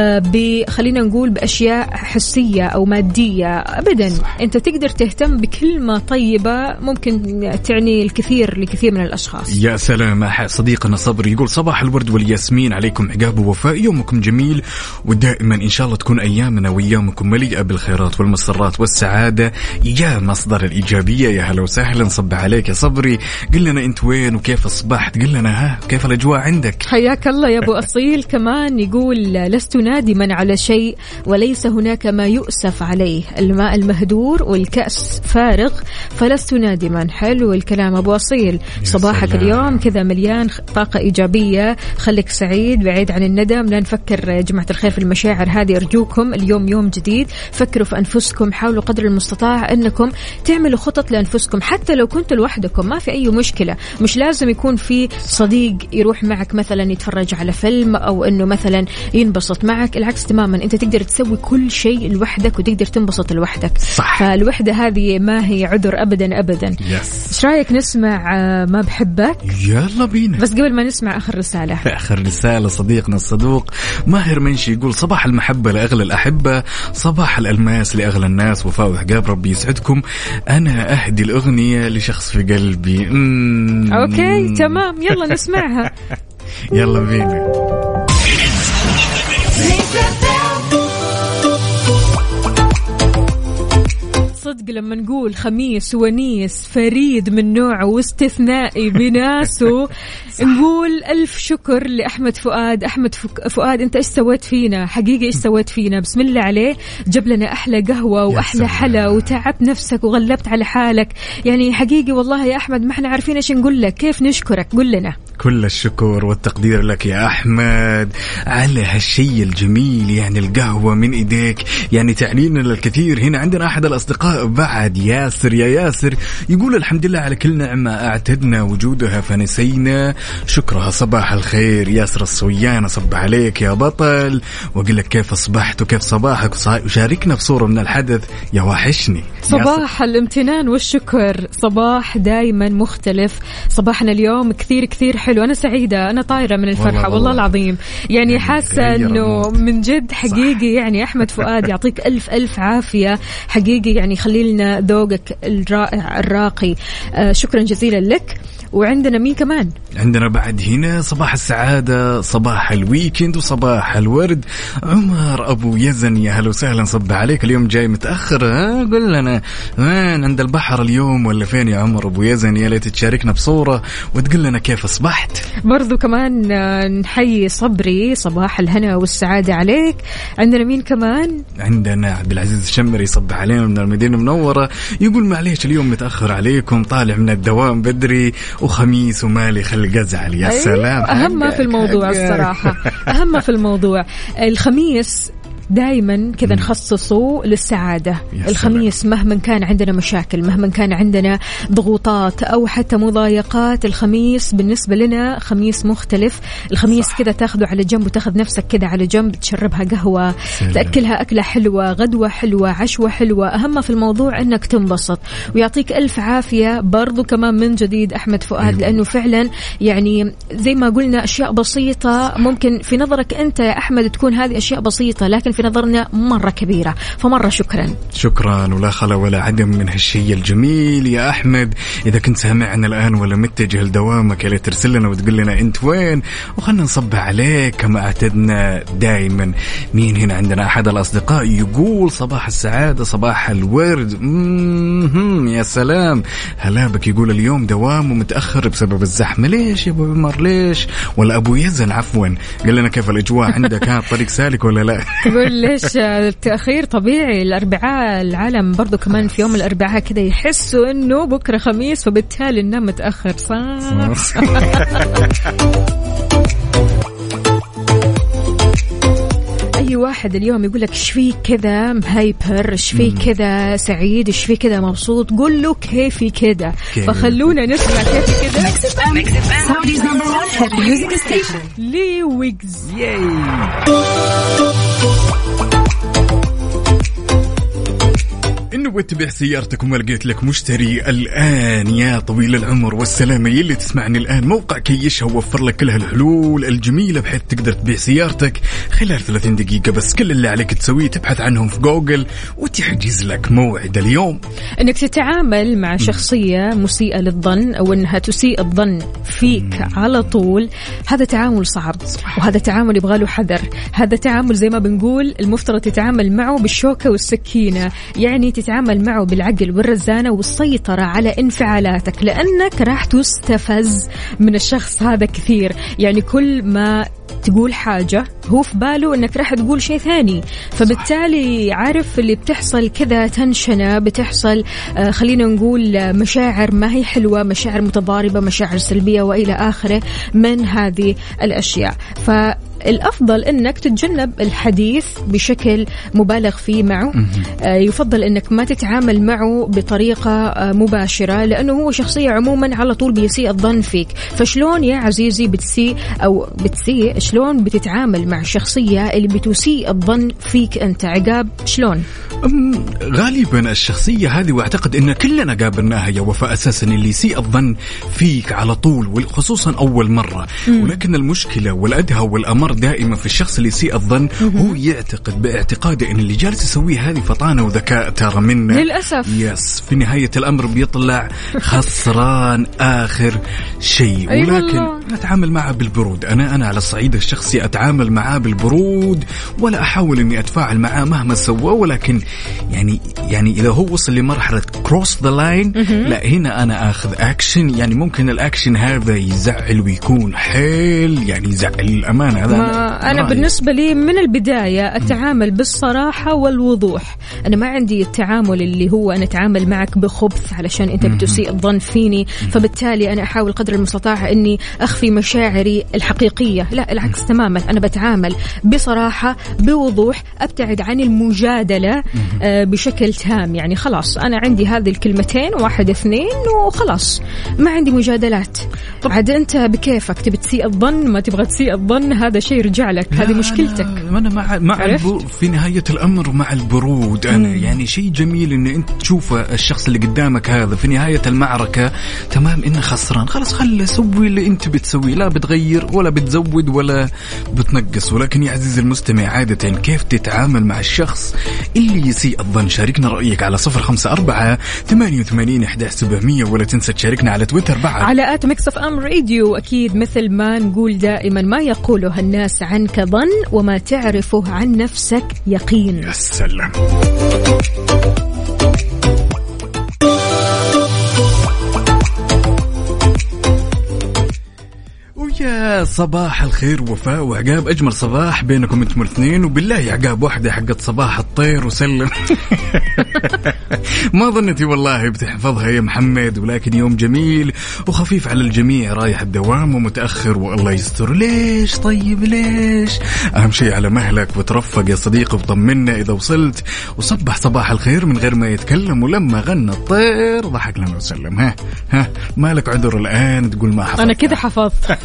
خلينا نقول بأشياء حسية أو مادية أبدا. صح. أنت تقدر تهتم بكلمة طيبة ممكن تعني الكثير لكثير من الأشخاص. يا سلام. صديقنا صبري يقول صباح الورد والياسمين عليكم عقاب ووفاء، يومكم جميل ودائما إن شاء الله تكون أيامنا وأيامكم مليئة بالخيرات والمسرات والسعادة يا مصدر الإيجابية. يا هلا وسهلا، صب عليك يا صبري. قل لنا أنت وين وكيف أصبحت، قل لنا كيف الأجواء عندك. حياك الله يا أبو أصيل. كمان يقول لست نادما على شيء وليس هناك ما يؤسف عليه، الماء المهدور والكأس فارغ فلست نادما. حلو الكلام أبو أصيل. صباحك اليوم كذا مليان طاقة إيجابية، خليك سعيد بعيد عن الندم. لا نفكر يا جماعة الخير في المشاعر هذه أرجوكم. اليوم يوم جديد، فكروا في أنفسكم، حاولوا قدر المستطاع أنكم تعملوا خطط لأنفسكم حتى لو كنتوا لوحدكم ما في أي مشكلة. مش لازم يكون في صديق يروح معك مثلا يتفرج على فيلم أو أنه مثلا ينبسط معك، العكس تماما. أنت تقدر تسوي كل شيء لوحدك وتقدر تنبسط لوحدك. صح. فالوحدة هذه ما هي عذر أبدا أبدا. إيش رأيك نسمع ما بحبك؟ يلا بينا. بس قبل ما نسمع آخر رسالة. آخر رسالة صديقنا الصدوق ماهر منشي يقول صباح المحبة لأغلى الأحبة، صباح الألماس لأغلى الناس. وفاء وعقاب ربي يسعدكم. أنا أهدي الأغنية لشخص في قلبي. أوكي تمام، يلا نسمعها. يلا بينا. صدق لما نقول خميس ونيس فريد من نوعه واستثنائي بناسه نقول ألف شكر لأحمد فؤاد. أحمد فؤاد أنت إيش سويت فينا حقيقة، إيش سويت فينا، بسم الله عليه. جاب لنا أحلى قهوة وأحلى حلا وتعبت نفسك وغلبت على حالك يعني حقيقي والله يا أحمد ما احنا عارفين إيش نقول لك، كيف نشكرك، قل لنا. كل الشكر والتقدير لك يا أحمد على هالشي الجميل، يعني القهوة من إيديك يعني تعنينا للكثير. هنا عندنا أحد الأصدقاء بعد ياسر، يا ياسر يقول الحمد لله على كل نعمة اعتدنا وجودها فنسينا شكرها. صباح الخير ياسر الصويان، صب عليك يا بطل وأقول لك كيف أصبحت وكيف صباحك وشاركنا بصورة من الحدث يا وحشني. صباح الامتنان والشكر، صباح دايما مختلف. صباحنا اليوم كثير كثير حلو، أنا سعيدة، أنا طايرة من الفرحة والله العظيم. يعني حاسة أنه من جد حقيقي يعني أحمد فؤاد يعطيك ألف ألف عافية حقيقي، يعني خلي لنا ذوقك الرائع الراقي. شكرا جزيلا لك. وعندنا مين كمان؟ عندنا بعد هنا صباح السعادة، صباح الويكند وصباح الورد، عمر أبو يزن. يا هلا وسهلا، صب عليك. اليوم جاي متأخر، قل لنا وين، عند البحر اليوم ولا فين يا عمر أبو يزن؟ يا ليت تشاركنا بصورة وتقول لنا كيف أصبحت. برضو كمان نحيي صبري، صباح الهنا والسعادة عليك. عندنا مين كمان؟ عندنا عبد العزيز الشمري، صب علينا من المدينة المنورة، يقول معليش اليوم متأخر عليكم، طالع من الدوام بدري وخميس ومالي خلق أزعل. يا سلام، أهم في الموضوع الصراحة، أهم في الموضوع الخميس دايما كذا نخصصه للسعادة. الخميس مهما كان عندنا مشاكل، مهما كان عندنا ضغوطات أو حتى مضايقات، الخميس بالنسبة لنا خميس مختلف. الخميس كذا تاخده على جنب وتاخذ نفسك كذا على جنب، تشربها قهوة، تأكلها أكلة حلوة، غدوة حلوة، عشوة حلوة. أهم في الموضوع أنك تنبسط. ويعطيك ألف عافية برضو كمان من جديد أحمد فؤاد، لأنه فعلا يعني زي ما قلنا أشياء بسيطة ممكن في نظرك أنت يا أحمد تكون هذه أشياء بسيطة، لكن في نظرنا مرة كبيرة. فمرة شكرا ولا خلا ولا عدم من هالشيء الجميل يا أحمد. إذا كنت سامعنا الآن ولا متجه لدوامك يا ترسل لنا وتقول لنا أنت وين وخلنا نصبح عليك كما اعتدنا دائما. مين هنا عندنا؟ أحد الأصدقاء يقول صباح السعادة صباح الورد. يا سلام هلا بك. يقول اليوم دوام ومتأخر بسبب الزحمة. ليش يا أبو عمر ليش؟ ولا أبو يزن عفوا قال لنا كيف الأجواء عندك؟ كان طريق سالك ولا لا؟ تقول ليش التأخير؟ طبيعي الأربعاء العالم برضو كمان في يوم الأربعاء كده يحسوا إنه بكرة خميس فبالتالي ننام متأخر. صح. أي واحد اليوم يقول لك إيش فيك كذا مهايبر، إيش فيك كذا سعيد، إيش فيك كذا مبسوط، قول له كيفي كذا. فخلونا نسمع كيفي كذا. لي ويجز. إنه بتبيع سيارتك وما لقيت لك مشتري الآن يا طويل العمر والسلامة يلي تسمعني الآن، موقع كيشها وفر لك كل هالحلول الجميلة بحيث تقدر تبيع سيارتك خلال 30 دقيقة بس. كل اللي عليك تسويه تبحث عنهم في جوجل وتحجز لك موعد اليوم. إنك تتعامل مع شخصية مسيئة للظن أو إنها تسيء الظن فيك على طول، هذا تعامل صعب وهذا تعامل يبغى له حذر. هذا تعامل زي ما بنقول المفترض تتعامل معه بالشوكة والسكينة، يعني تتعامل معه بالعقل والرزانة والسيطرة على انفعالاتك، لأنك راح تستفز من الشخص هذا كثير. يعني كل ما تقول حاجة هو في باله أنك راح تقول شيء ثاني، فبالتالي عارف اللي بتحصل كذا تنشنة، بتحصل خلينا نقول مشاعر ما هي حلوة، مشاعر متضاربة، مشاعر سلبية وإلى آخره من هذه الأشياء. الأفضل أنك تتجنب الحديث بشكل مبالغ فيه معه. يفضل أنك ما تتعامل معه بطريقة مباشرة، لأنه هو شخصية عموما على طول بيسيء الظن فيك. فشلون يا عزيزي بتسيء شلون بتتعامل مع الشخصية اللي بتسيء الظن فيك أنت؟ عقاب شلون؟ غالبا الشخصية هذه واعتقد أن كلنا قابلناها يا وفاء، أساسا اللي يسيء الظن فيك على طول وخصوصا أول مرة. ولكن المشكلة والأدهى والأمر دائما في الشخص اللي يسيء الظن هو يعتقد باعتقاده أن اللي جالس يسويه هذه فطانة وذكاء ترى منه للأسف. في نهاية الأمر بيطلع خسران آخر شيء. ولكن نتعامل معه بالبرود. أنا على الصعيد الشخصي أتعامل معه بالبرود ولا أحاول أني أتفاعل معه مهما سوى. ولكن يعني إذا هو وصل لمرحلة cross the line لا هنا أنا أخذ أكشن. يعني ممكن الأكشن هذا يزعل ويكون حيل، يعني يزعل الأمانة. أنا بالنسبة لي من البداية أتعامل بالصراحة والوضوح. أنا ما عندي التعامل اللي هو أنا أتعامل معك بخبث علشان أنت بتسيء الظن فيني، فبالتالي أنا أحاول قدر المستطاع أني أخفي مشاعري الحقيقية. لا العكس تماما، أنا بتعامل بصراحة بوضوح، أبتعد عن المجادلة بشكل تام. يعني خلاص أنا عندي هذه الكلمتين 1 2 وخلاص، ما عندي مجادلات. عاد أنت بكيفك، تبي تسيء الظن ما تبغى تسيء الظن هذا شيء يرجع لك، هذه مشكلتك. أنا مع في نهاية الأمر مع البرود. أنا يعني شيء جميل إن أنت تشوف الشخص اللي قدامك هذا في نهاية المعركة تمام إنه خسران، خلاص خلي سوي اللي أنت بتسويه، لا بتغير ولا بتزود ولا بتنقص. ولكن يا عزيزي المستمع عادة كيف تتعامل مع الشخص اللي يسيء الظن؟ شاركنا رأيك على 0548811700 ولا تنسى تشاركنا على تويتر بعد على @mixfmradio. أكيد مثل ما نقول دائما ما يقوله الناس عنك ظن وما تعرفه عن نفسك يقين. يا سلام. ويا صباح الخير وفاء وعقاب، أجمل صباح بينكم انتم الاثنين. وبالله يا عقاب واحدة حقت صباح الطير وسلم. ما ظنتي والله بتحفظها يا محمد، ولكن يوم جميل وخفيف على الجميع، رايح الدوام ومتأخر والله يستر. ليش طيب ليش؟ أهم شيء على مهلك وترفق يا صديقي وطمنا إذا وصلت، وصبح صباح الخير من غير ما يتكلم. ولما غنى الطير ضحك لنا وسلم. ها مالك عذر الآن تقول ما حفظت؟ أنا كده حفظت.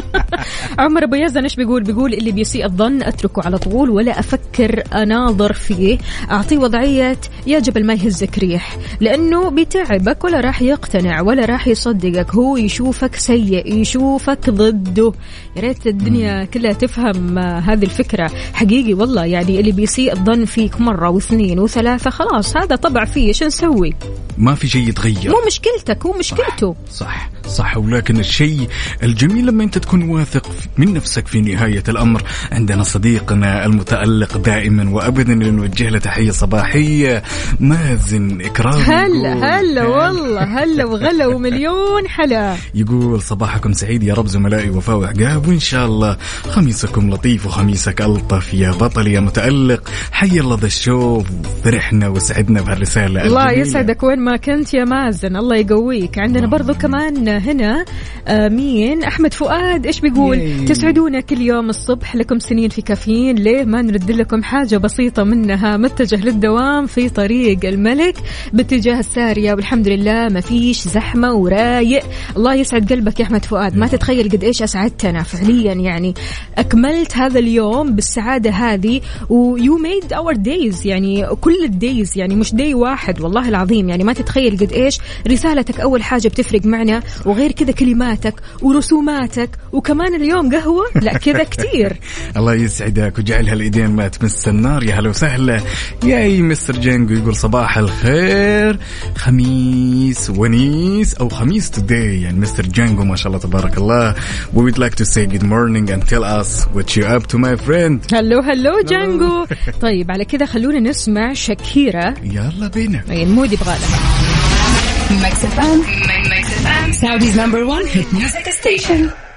عمر أبو يزن إيش بيقول اللي بيسيء الظن أتركه على طول ولا أفكر أناظر فيه، أعطيه وضعية يا جبل ما يهزك ريح، لأنه بيتعبك ولا راح يقتنع ولا راح يصدقك، هو يشوفك سيء يشوفك ضده. يا ريت الدنيا كلها تفهم هذه الفكرة حقيقي والله. يعني اللي بيسيء الظن فيك مرة واثنين وثلاثة خلاص هذا طبع فيه، شو نسوي؟ ما في شيء يتغير، مو مشكلتك هو مشكلته. صح. ولكن الشيء الجميل لما أنت تكون واثق من نفسك في نهاية الأمر. عندنا صديقنا المتألق دائما وأبدا اللي نوجه له تحية صباحية، مازن إكرام. هلا والله هلا وغلا ومليون حلا. يقول صباحكم سعيد يا رب زملائي وفاء وعقاب، وإن شاء الله خميسكم لطيف وخميسك ألطف يا بطل يا متألق. حي الله ذا الشوف، فرحنا وسعدنا بهالرسالة. الله يسعدك وين ما كنت يا مازن، الله يقويك. عندنا برضو كمان هنا مين أحمد فؤاد إيش بيقول؟ تسعدونا كل يوم الصبح، لكم سنين في كافيين، ليه ما نرد لكم حاجة بسيطة منها؟ متجه للدوام في طريق الملك باتجاه السارية والحمد لله ما فيش زحمة ورايق. الله يسعد قلبك يا أحمد فؤاد، ما تتخيل قد إيش أسعدتنا فعليا، يعني أكملت هذا اليوم بالسعادة هذه you made our days، يعني كل الدايز يعني مش داي واحد والله العظيم. يعني ما تتخيل قد إيش رسالتك أول حاجة بتفرق معنا، وغير كذا كلماتك ورسوماتك، وكمان اليوم قهوة لا كذا كتير. الله يسعدك وجعلها الإيدين ما تمس النار. يا هلا وسهلا يا مستر جانجو. يقول صباح الخير، خميس ونيس أو خميس today. يعني مستر جانجو ما شاء الله تبارك الله. We would like to say good morning and tell us what you up to my friend. هلو جانجو. طيب على كذا خلونا نسمع شاكيرا. يلا بينا. المود يبغى لها. Mix FM, Saudi's number one hit music station.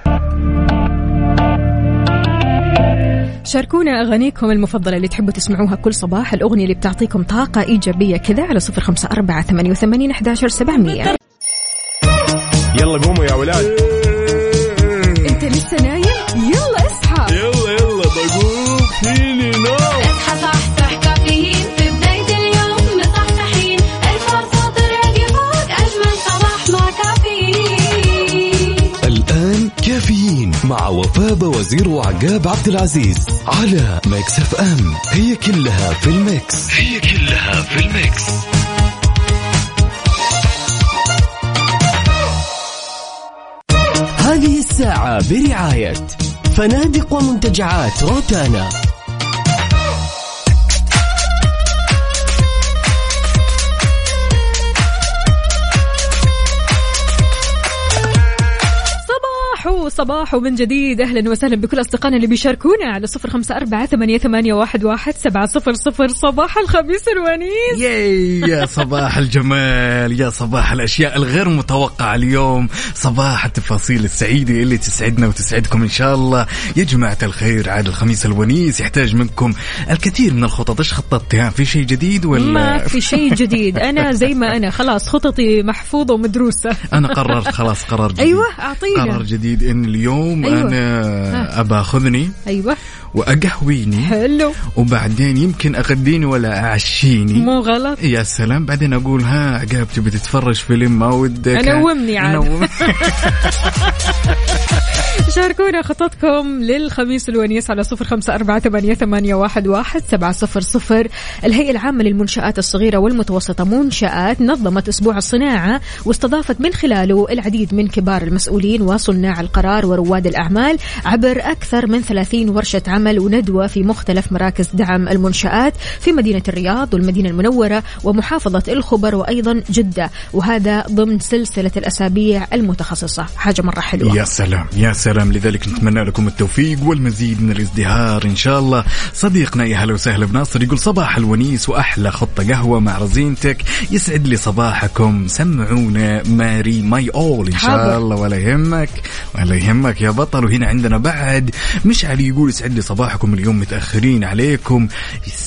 شاركونا أغانيكم المفضلة اللي تحبوا تسمعوها كل صباح، الأغنية اللي بتعطيكم طاقة إيجابية كذا على 0548811700. يلا قوموا يا ولاد. أنت لسه نايم؟ يلا اصحى. يلا بقوم فيني نوم. اصحى صحصح كافيين في بداية اليوم مصحصحين، الفرصة تراقي فوق أجمل صباح مع كافيين. الآن كافيين مع وفاء وزير وعقاب عبد العزيز على ميكس اف ام. هي كلها في الميكس. هذه الساعة برعاية فنادق ومنتجعات روتانا. صباح من جديد. أهلا وسهلا بكل أصدقائنا اللي بيشاركونا على 0548811700. صباح الخميس الونيس. يا صباح الجمال، يا صباح الأشياء الغير متوقعة اليوم، صباح التفاصيل السعيدة اللي تسعدنا وتسعدكم إن شاء الله. يا جماعة الخير، عاد الخميس الونيس يحتاج منكم الكثير من الخطط. إيش خططت؟ في شيء جديد ولا؟ ما في شيء جديد، أنا زي ما أنا خلاص خططي محفوظة ومدروسة. أنا قررت خلاص قرار جديد. أيوة أعطينا قرار جديد إن اليوم أيوة. أنا أبى أخذني أيوة وأقهويني حلو، وبعدين يمكن أغديني ولا أعشيني. مو غلط. يا سلام، بعدين أقول عقاب تبي تتفرج فيلم ما ودك؟ أنومني عاد. شاركونا خططكم للخميس الونيس على 0548811700. الهيئة العامة للمنشآت الصغيرة والمتوسطة منشآت نظمت أسبوع الصناعة، واستضافت من خلاله العديد من كبار المسؤولين وصناع القرار ورواد الأعمال عبر أكثر من 30 ورشة عمل وندوة في مختلف مراكز دعم المنشآت في مدينة الرياض والمدينة المنورة ومحافظة الخبر وأيضا جدة، وهذا ضمن سلسلة الأسابيع المتخصصة. حاجة مرة حلوة. يا سلام يا سلام. لذلك نتمنى لكم التوفيق والمزيد من الازدهار إن شاء الله. صديقنا يا هلا وسهلا بناصر يقول صباح الونيس وأحلى خطة قهوة مع رزينتك. يسعد لي صباحكم، سمعونا ماري ماي أول إن شاء الله. ولا يهمك يا بطل. وهنا عندنا بعد مشعل يقول يسعد لي صباحكم، اليوم متأخرين عليكم.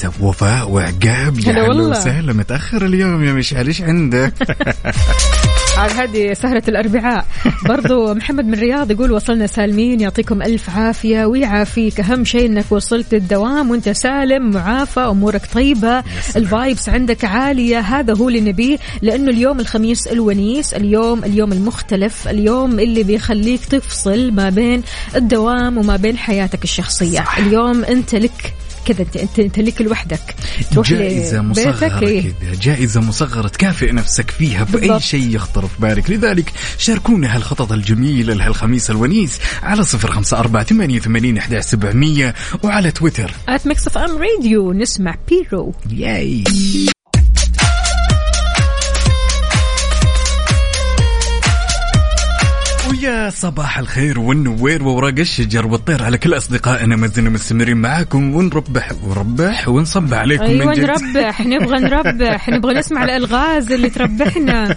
وفاء وعقاب يا هلا وسهلا. متأخر اليوم يا مشعل، إيش عندك؟ هذه سهرة الأربعاء. برضو محمد من الرياض يقول وصلنا سالمين، يعطيكم ألف عافية ويعافيك. أهم شيء أنك وصلت الدوام وأنت سالم معافى، أمورك طيبة، الفايبس عندك عالية. هذا هو اللي نبيه، لأنه اليوم الخميس الونيس، اليوم المختلف، اليوم اللي بيخليك تفصل ما بين الدوام وما بين حياتك الشخصية. صح. اليوم أنت لك كذا، انت لك لوحدك، جائزة مصغرة كذا، جائزة مصغرة تكافئ نفسك فيها بأي شيء يخطر في بالك. لذلك شاركونا هالخطط الجميلة لهالخميس الونيس على 0548811700 وعلى تويتر @mixfmradio. نسمع بيرو. ياي. ويا صباح الخير والنوير وورق الشجر والطير على كل أصدقائنا. ما زلنا مستمرين معاكم ونربح ونصب عليكم. أيوة من جد. نبغى نسمع الألغاز اللي تربحنا.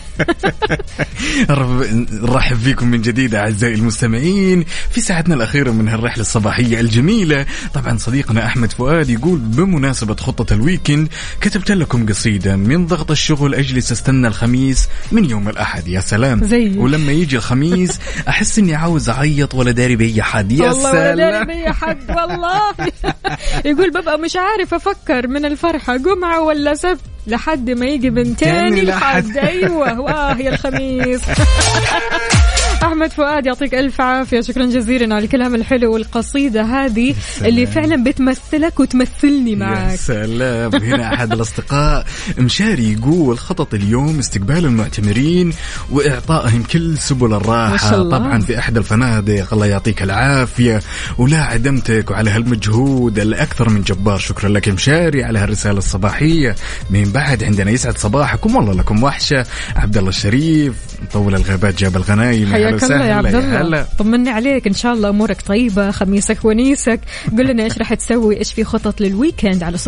نرحب فيكم من جديد أعزائي المستمعين في ساعتنا الأخيرة من هالرحلة الصباحية الجميلة. طبعا صديقنا أحمد فؤاد يقول بمناسبة خطة الويكند كتبت لكم قصيدة، من ضغط الشغل أجلس استنى الخميس من يوم الأحد. يا سلام زي. ولما يجي الخميس أحس إني عاوز أعيط ولا داري بأي حد. يا والله ولا داري بأي حد والله. يقول ببقى مش عارف أفكر من الفرحة، جمعة ولا سبت لحد ما يجي من تاني لحد. أيوة هي الخميس. أحمد فؤاد يعطيك ألف عافية، شكرا جزيلا على الكلام الحلو والقصيدة هذه اللي فعلا بتمثلك وتمثلني معك. يا سلام. هنا أحد الأصدقاء مشاري يقول خطط اليوم استقبال المعتمرين وإعطائهم كل سبل الراحة. طبعا في أحد الفنادق. الله يعطيك العافية ولا عدمتك وعلى هالمجهود الأكثر من جبار. شكرا لك مشاري على هالرسالة الصباحية. من بعد عندنا يسعد صباحكم والله لكم وحشة. عبد الله الشريف طول الغابات جاب الغنايم. حياك الله يا عبد الله، طمني عليك، إن شاء الله أمورك طيبة، خميسك ونيسك. قل لنا إيش راح تسوي، إيش في خطط للويكند على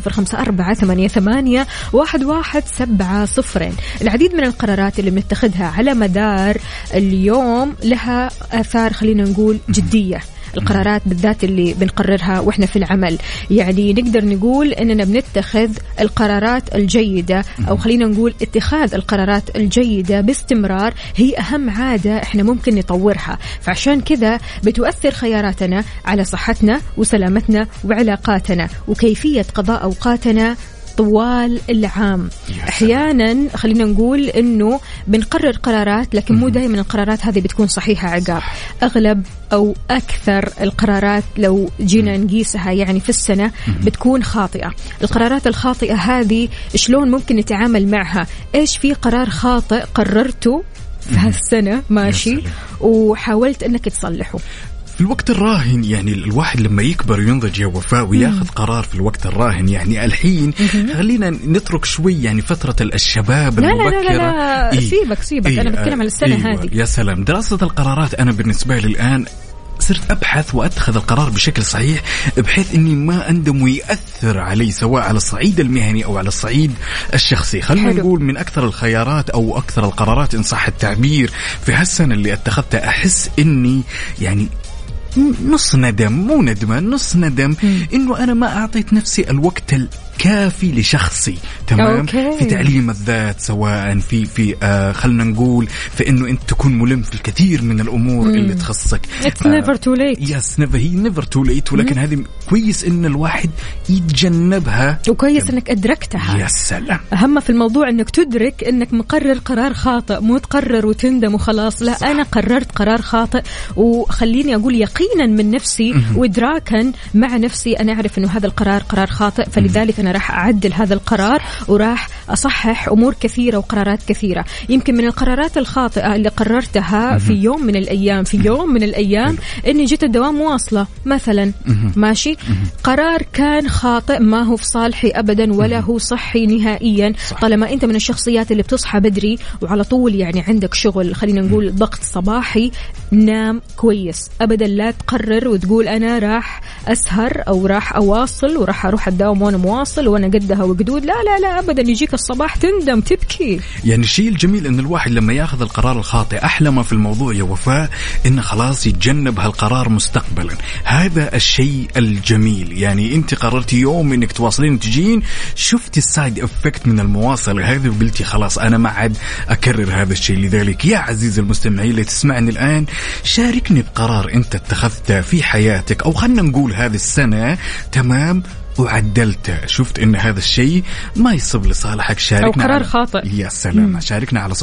0548811700. العديد من القرارات اللي بنتخذها على مدار اليوم لها آثار خلينا نقول جدية. القرارات بالذات اللي بنقررها وإحنا في العمل، يعني نقدر نقول إننا بنتخذ القرارات الجيدة، أو خلينا نقول اتخاذ القرارات الجيدة باستمرار هي أهم عادة إحنا ممكن نطورها. فعشان كذا بتؤثر خياراتنا على صحتنا وسلامتنا وعلاقاتنا وكيفية قضاء أوقاتنا طوال العام. أحيانا خلينا نقول إنه بنقرر قرارات، لكن مو دائما القرارات هذه بتكون صحيحة. عقاب أغلب أو أكثر القرارات لو جينا نقيسها يعني في السنة بتكون خاطئة. القرارات الخاطئة هذه شلون ممكن نتعامل معها؟ إيش في قرار خاطئ قررته في هالسنة ماشي وحاولت أنك تصلحه في الوقت الراهن؟ يعني الواحد لما يكبر وينضج يا وفاء وياخذ قرار في الوقت الراهن، يعني الحين خلينا نترك شوي يعني فترة الشباب المبكرة. لا سيبك أنا بتكلم على السنة هذه. يا سلام. دراسة القرارات أنا بالنسبة لي الآن صرت أبحث وأتخذ القرار بشكل صحيح بحيث أني ما أندم ويأثر علي سواء على الصعيد المهني أو على الصعيد الشخصي. خلينا نقول من أكثر الخيارات أو أكثر القرارات إن صح التعبير في هالسنة اللي اتخذتها، أحس أني يعني نص ندم، مو ندمان، نص ندم إنه أنا ما أعطيت نفسي الوقت الكافي لشخصي. تمام. في تعليم الذات، سواء في خلنا نقول في إنه أنت تكون ملم في الكثير من الأمور اللي تخصك. It's never too late. Yes, never too late. ولكن هذه كويس إن الواحد يتجنبها، وكويس إنك أدركتها. يا سلام. أهم في الموضوع إنك تدرك إنك مقرر قرار خاطئ، مو تقرر وتندم وخلاص. لا، أنا قررت قرار خاطئ، وخليني أقول يقينا من نفسي وإدراكا مع نفسي أنا أعرف إنه هذا القرار قرار خاطئ، فلذلك أنا راح أعدل هذا القرار وراح أصحح أمور كثيرة وقرارات كثيرة. يمكن من القرارات الخاطئة اللي قررتها في يوم من الأيام إني جيت الدوام مواصلة مثلا. ماشي. قرار كان خاطئ، ما هو في صالحي أبدا ولا هو صحي نهائيا. طالما أنت من الشخصيات اللي بتصحى بدري وعلى طول يعني عندك شغل خلينا نقول ضغط صباحي، نام كويس. أبدا لا تقرر وتقول أنا راح أسهر أو راح أواصل وراح أروح الدوام وأنا مواصل تتصل وأنا قدها وقدود، لا لا لا أبدا، يجيك الصباح تندم تبكي. يعني الشيء الجميل أن الواحد لما ياخذ القرار الخاطئ، أحلى ما في الموضوع يا وفاء إنه خلاص يتجنب هالقرار مستقبلا. هذا الشيء الجميل. يعني أنت قررتي يوم إنك تواصلين وتجين، شفتي السايد إفكت من المواصلة هذه وقلتي خلاص أنا ما عاد أكرر هذا الشيء. لذلك يا عزيزي المستمعين اللي تسمعني الآن، شاركني بقرار أنت اتخذته في حياتك، أو خلنا نقول هذه السنة، تمام، وعدلته، شفت إن هذا الشيء ما يصب لصالحك، شاركنا. أو قرار خاطئ. يا سلام. شاركنا على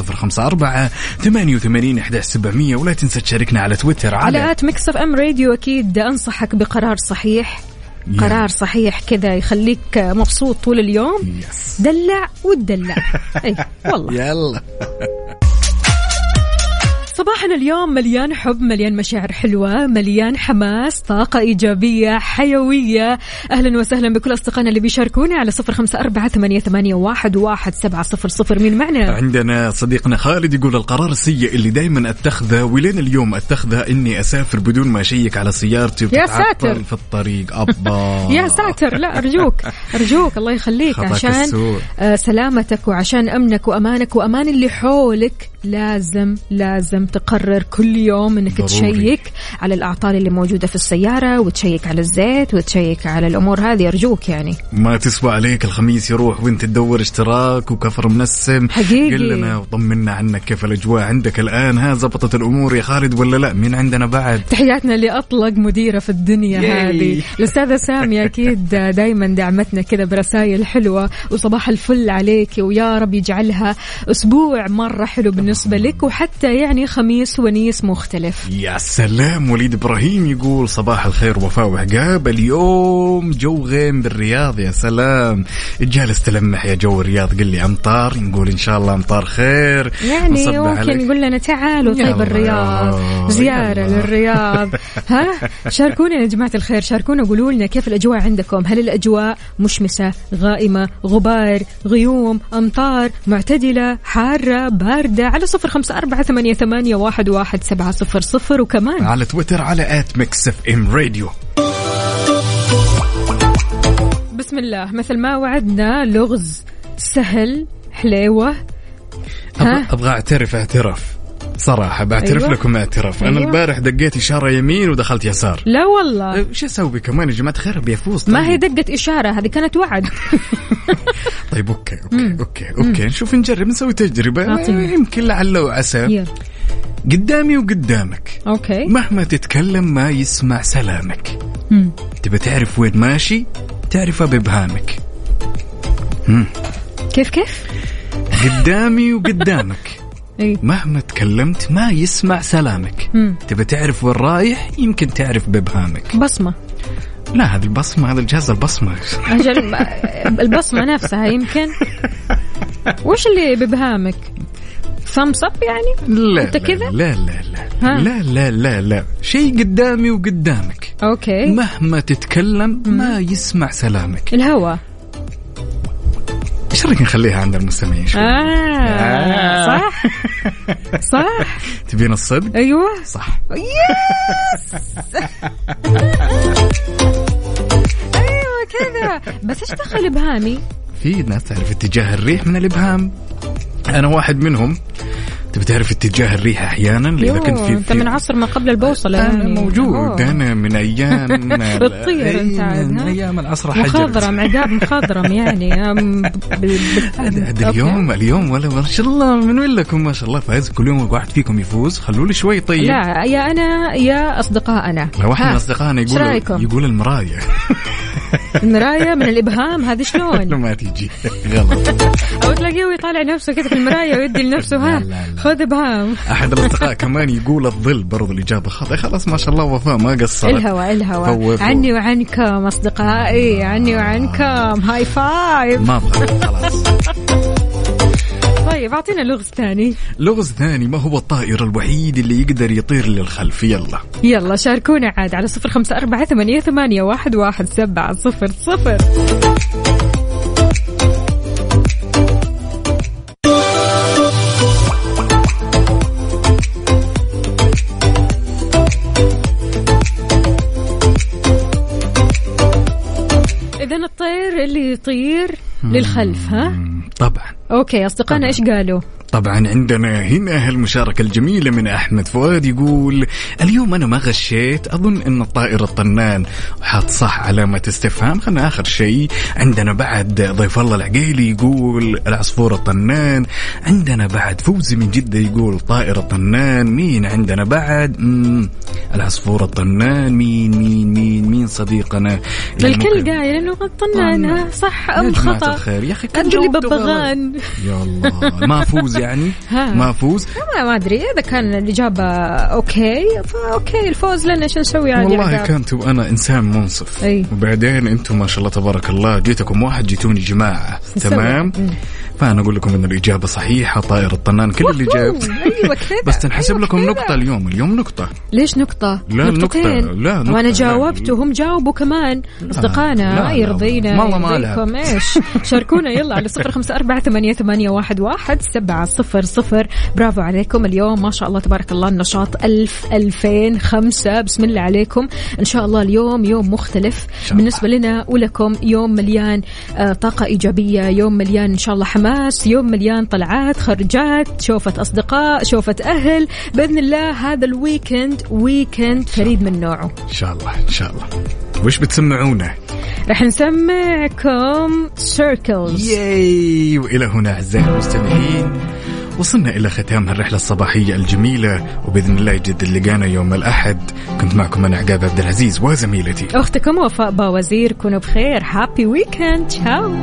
0548811700، ولا تنسى تشاركنا على تويتر على @mix FM راديو. أكيد أنصحك بقرار صحيح، قرار صحيح كذا يخليك مبسوط طول اليوم. دلع وتدلع. أي والله. يلا. صباحنا اليوم مليان حب، مليان مشاعر حلوة، مليان حماس، طاقة إيجابية، حيوية. أهلا وسهلا بكل أصدقائنا اللي بيشاركونا على 0548811700. مين معنا؟ عندنا صديقنا خالد يقول القرار السيء اللي دايما أتخذه ولين اليوم أتخذه إني أسافر بدون ما أشيك على سيارتي وتتعطل في الطريق. أبا يا ساتر. لا أرجوك أرجوك الله يخليك، عشان سلامتك وعشان أمنك وأمانك وأمان اللي حولك لازم تقرر كل يوم انك ضروري تشيك على الاعطال اللي موجوده في السياره، وتشيك على الزيت، وتشيك على الامور هذه. ارجوك يعني ما تسوى عليك الخميس يروح وانت تدور اشتراك وكفر منسم حقيقي. قل لنا وطمنا عنك كيف الاجواء عندك الان. ها زبطت الامور يا خالد ولا لا؟ مين عندنا بعد؟ تحياتنا لاطلق مديره في الدنيا هذه الاستاذه ساميه، اكيد دايما دعمتنا كذا برسائل حلوه، وصباح الفل عليك، ويا رب يجعلها اسبوع مره حلو بالنسبه لك، وحتى يعني خميس ونيس مختلف. يا سلام. وليد إبراهيم يقول صباح الخير وفاء وعقاب، اليوم جو غيم بالرياض. يا سلام. جالس تلمح يا جو الرياض، قل لي أمطار، نقول إن شاء الله أمطار خير. يعني ممكن يقول لنا تعالوا طيب الرياض، زيارة للرياض. ها شاركونا يا جماعة الخير، شاركونا قولوا لنا كيف الأجواء عندكم. هل الأجواء مشمسة، غائمة، غبار، غيوم، أمطار، معتدلة، حارة، باردة؟ على 0548811700، وكمان على تويتر على @mixfmradio. بسم الله. مثل ما وعدنا لغز سهل حليوة. أبغى اعترف صراحة، بعترف لكم اعتراف. أنا البارح دقيت إشارة يمين ودخلت يسار. لا والله. شو أسوي كمان يا جماعة الخير؟ بيفوز. طيب. ما هي دقت إشارة، هذه كانت وعد. طيب أوكي نشوف، نجرب نسوي تجربة، يمكن لعل وعسى. قدامي وقدامك، أوكي، مهما تتكلم ما يسمع سلامك. تبى تعرف وين ماشي؟ تعرفها بإبهامك. كيف قدامي وقدامك مهما تكلمت ما يسمع سلامك. تبى تعرف وين رايح؟ يمكن تعرف بإبهامك. بصمة. لا هذا البصمة، هذا الجهاز البصمة. أجل البصمة نفسها يمكن. وش اللي بإبهامك؟ thumbs up يعني؟ لا أنت كذا؟ لا شيء قدامي وقدامك، أوكي، مهما تتكلم ما يسمع سلامك. الهوى. ايش رايك نخليها عند المستمعين شوي؟ صح. تبين الصدق؟ ايوه صح. يس. ايوه كذا. بس ايش دخل ابهامي؟ في ناس تعرف اتجاه الريح من الابهام، انا واحد منهم. تبي تعرف اتجاه الريح احيانا اذا كنت في انت من عصر ما قبل البوصله يعني. موجود. انا من ايام الطير انت من ايام العصر حجر مخضرم، عقاب مخضرم يعني. اليوم ولا ما شاء الله. من وين لكم ما شاء الله فايز كل يوم واحد فيكم يفوز. خلوا لي شوي طيب. لا يا انا يا اصدقائنا. لو واحد من اصدقائنا يقول المرايه. المرايه من الابهام، هذا شلون؟ ما تيجي غلط. او تلاقيه يطالع نفسه كذا في المرايه ويدي لنفسه ها خذ ابهام. احد الاصدقاء كمان يقول الظل، برضو الاجابه خاطئه. خلاص ما شاء الله وفاء ما قصرت. الهوى عني وعنكم اصدقائي، عني وعنكم. هاي فايف. ما ابغى خلاص. طيب اعطينا لغز ثاني. لغز ثاني، ما هو الطائر الوحيد اللي يقدر يطير للخلف؟ يلا شاركونا عاد على 0548811700. إذن الطير اللي نطير للخلف. ها طبعا. أوكي أصدقائنا إيش قالوا؟ طبعا عندنا هنا هالمشاركة الجميلة من أحمد فؤاد يقول اليوم أنا ما غشيت، أظن أن الطائر الطنان، وحاط صح علامة استفهام. خلنا آخر شيء عندنا بعد ضيف الله العقيلي يقول العصفور الطنان. عندنا بعد فوزي من جدة يقول طائر الطنان. مين عندنا بعد؟ العصفور الطنان. مين صديقنا؟ الكل قايل إنه الطنان صح أم خطأ؟ الخير يا أخي كان اللي ببغان. يا الله ما فوز يعني ما فوز. ما أدري إذا كان الإجابة أوكي فأوكي الفوز لنا شو نسوي عادي. والله كنت أنا إنسان منصف. وبعدين أنتم ما شاء الله تبارك الله جيتكم واحد جيتوني جماعة تمام. فأنا أقول لكم إن الإجابة صحيحة طائر الطنان. كل اللي جاب أيوة كذا. بس تنحسب لكم نقطة اليوم نقطة. ليش نقطة؟ لا نقطتين. لا نقطة. وأنا جاوبت وهم جاوبوا كمان. أصدقائنا يرضينا يرضيكم إيش. شاركونا يلا على 0548811700. برافو عليكم اليوم ما شاء الله تبارك الله النشاط 2005. بسم الله عليكم. إن شاء الله اليوم يوم مختلف بالنسبة لنا ولكم. يوم مليان طاقة إيجابية، يوم مليان إن شاء الله حماس، يوم مليان طلعات خرجات، شوفة أصدقاء، شوفة أهل بإذن الله. هذا الويكند ويكند فريد من نوعه إن شاء الله. إن شاء الله. وش بتسمعونا؟ رح نسمعكم سيركلز. ياي. وإلى هنا أعزائي المستمعين وصلنا إلى ختام الرحلة الصباحية الجميلة، وبإذن الله يجدد لقانا يوم الأحد. كنت معكم أنا عقاب عبد العزيز وزميلتي أختكم وفاء باوزير. كونوا بخير. هابي ويكند. تشاو.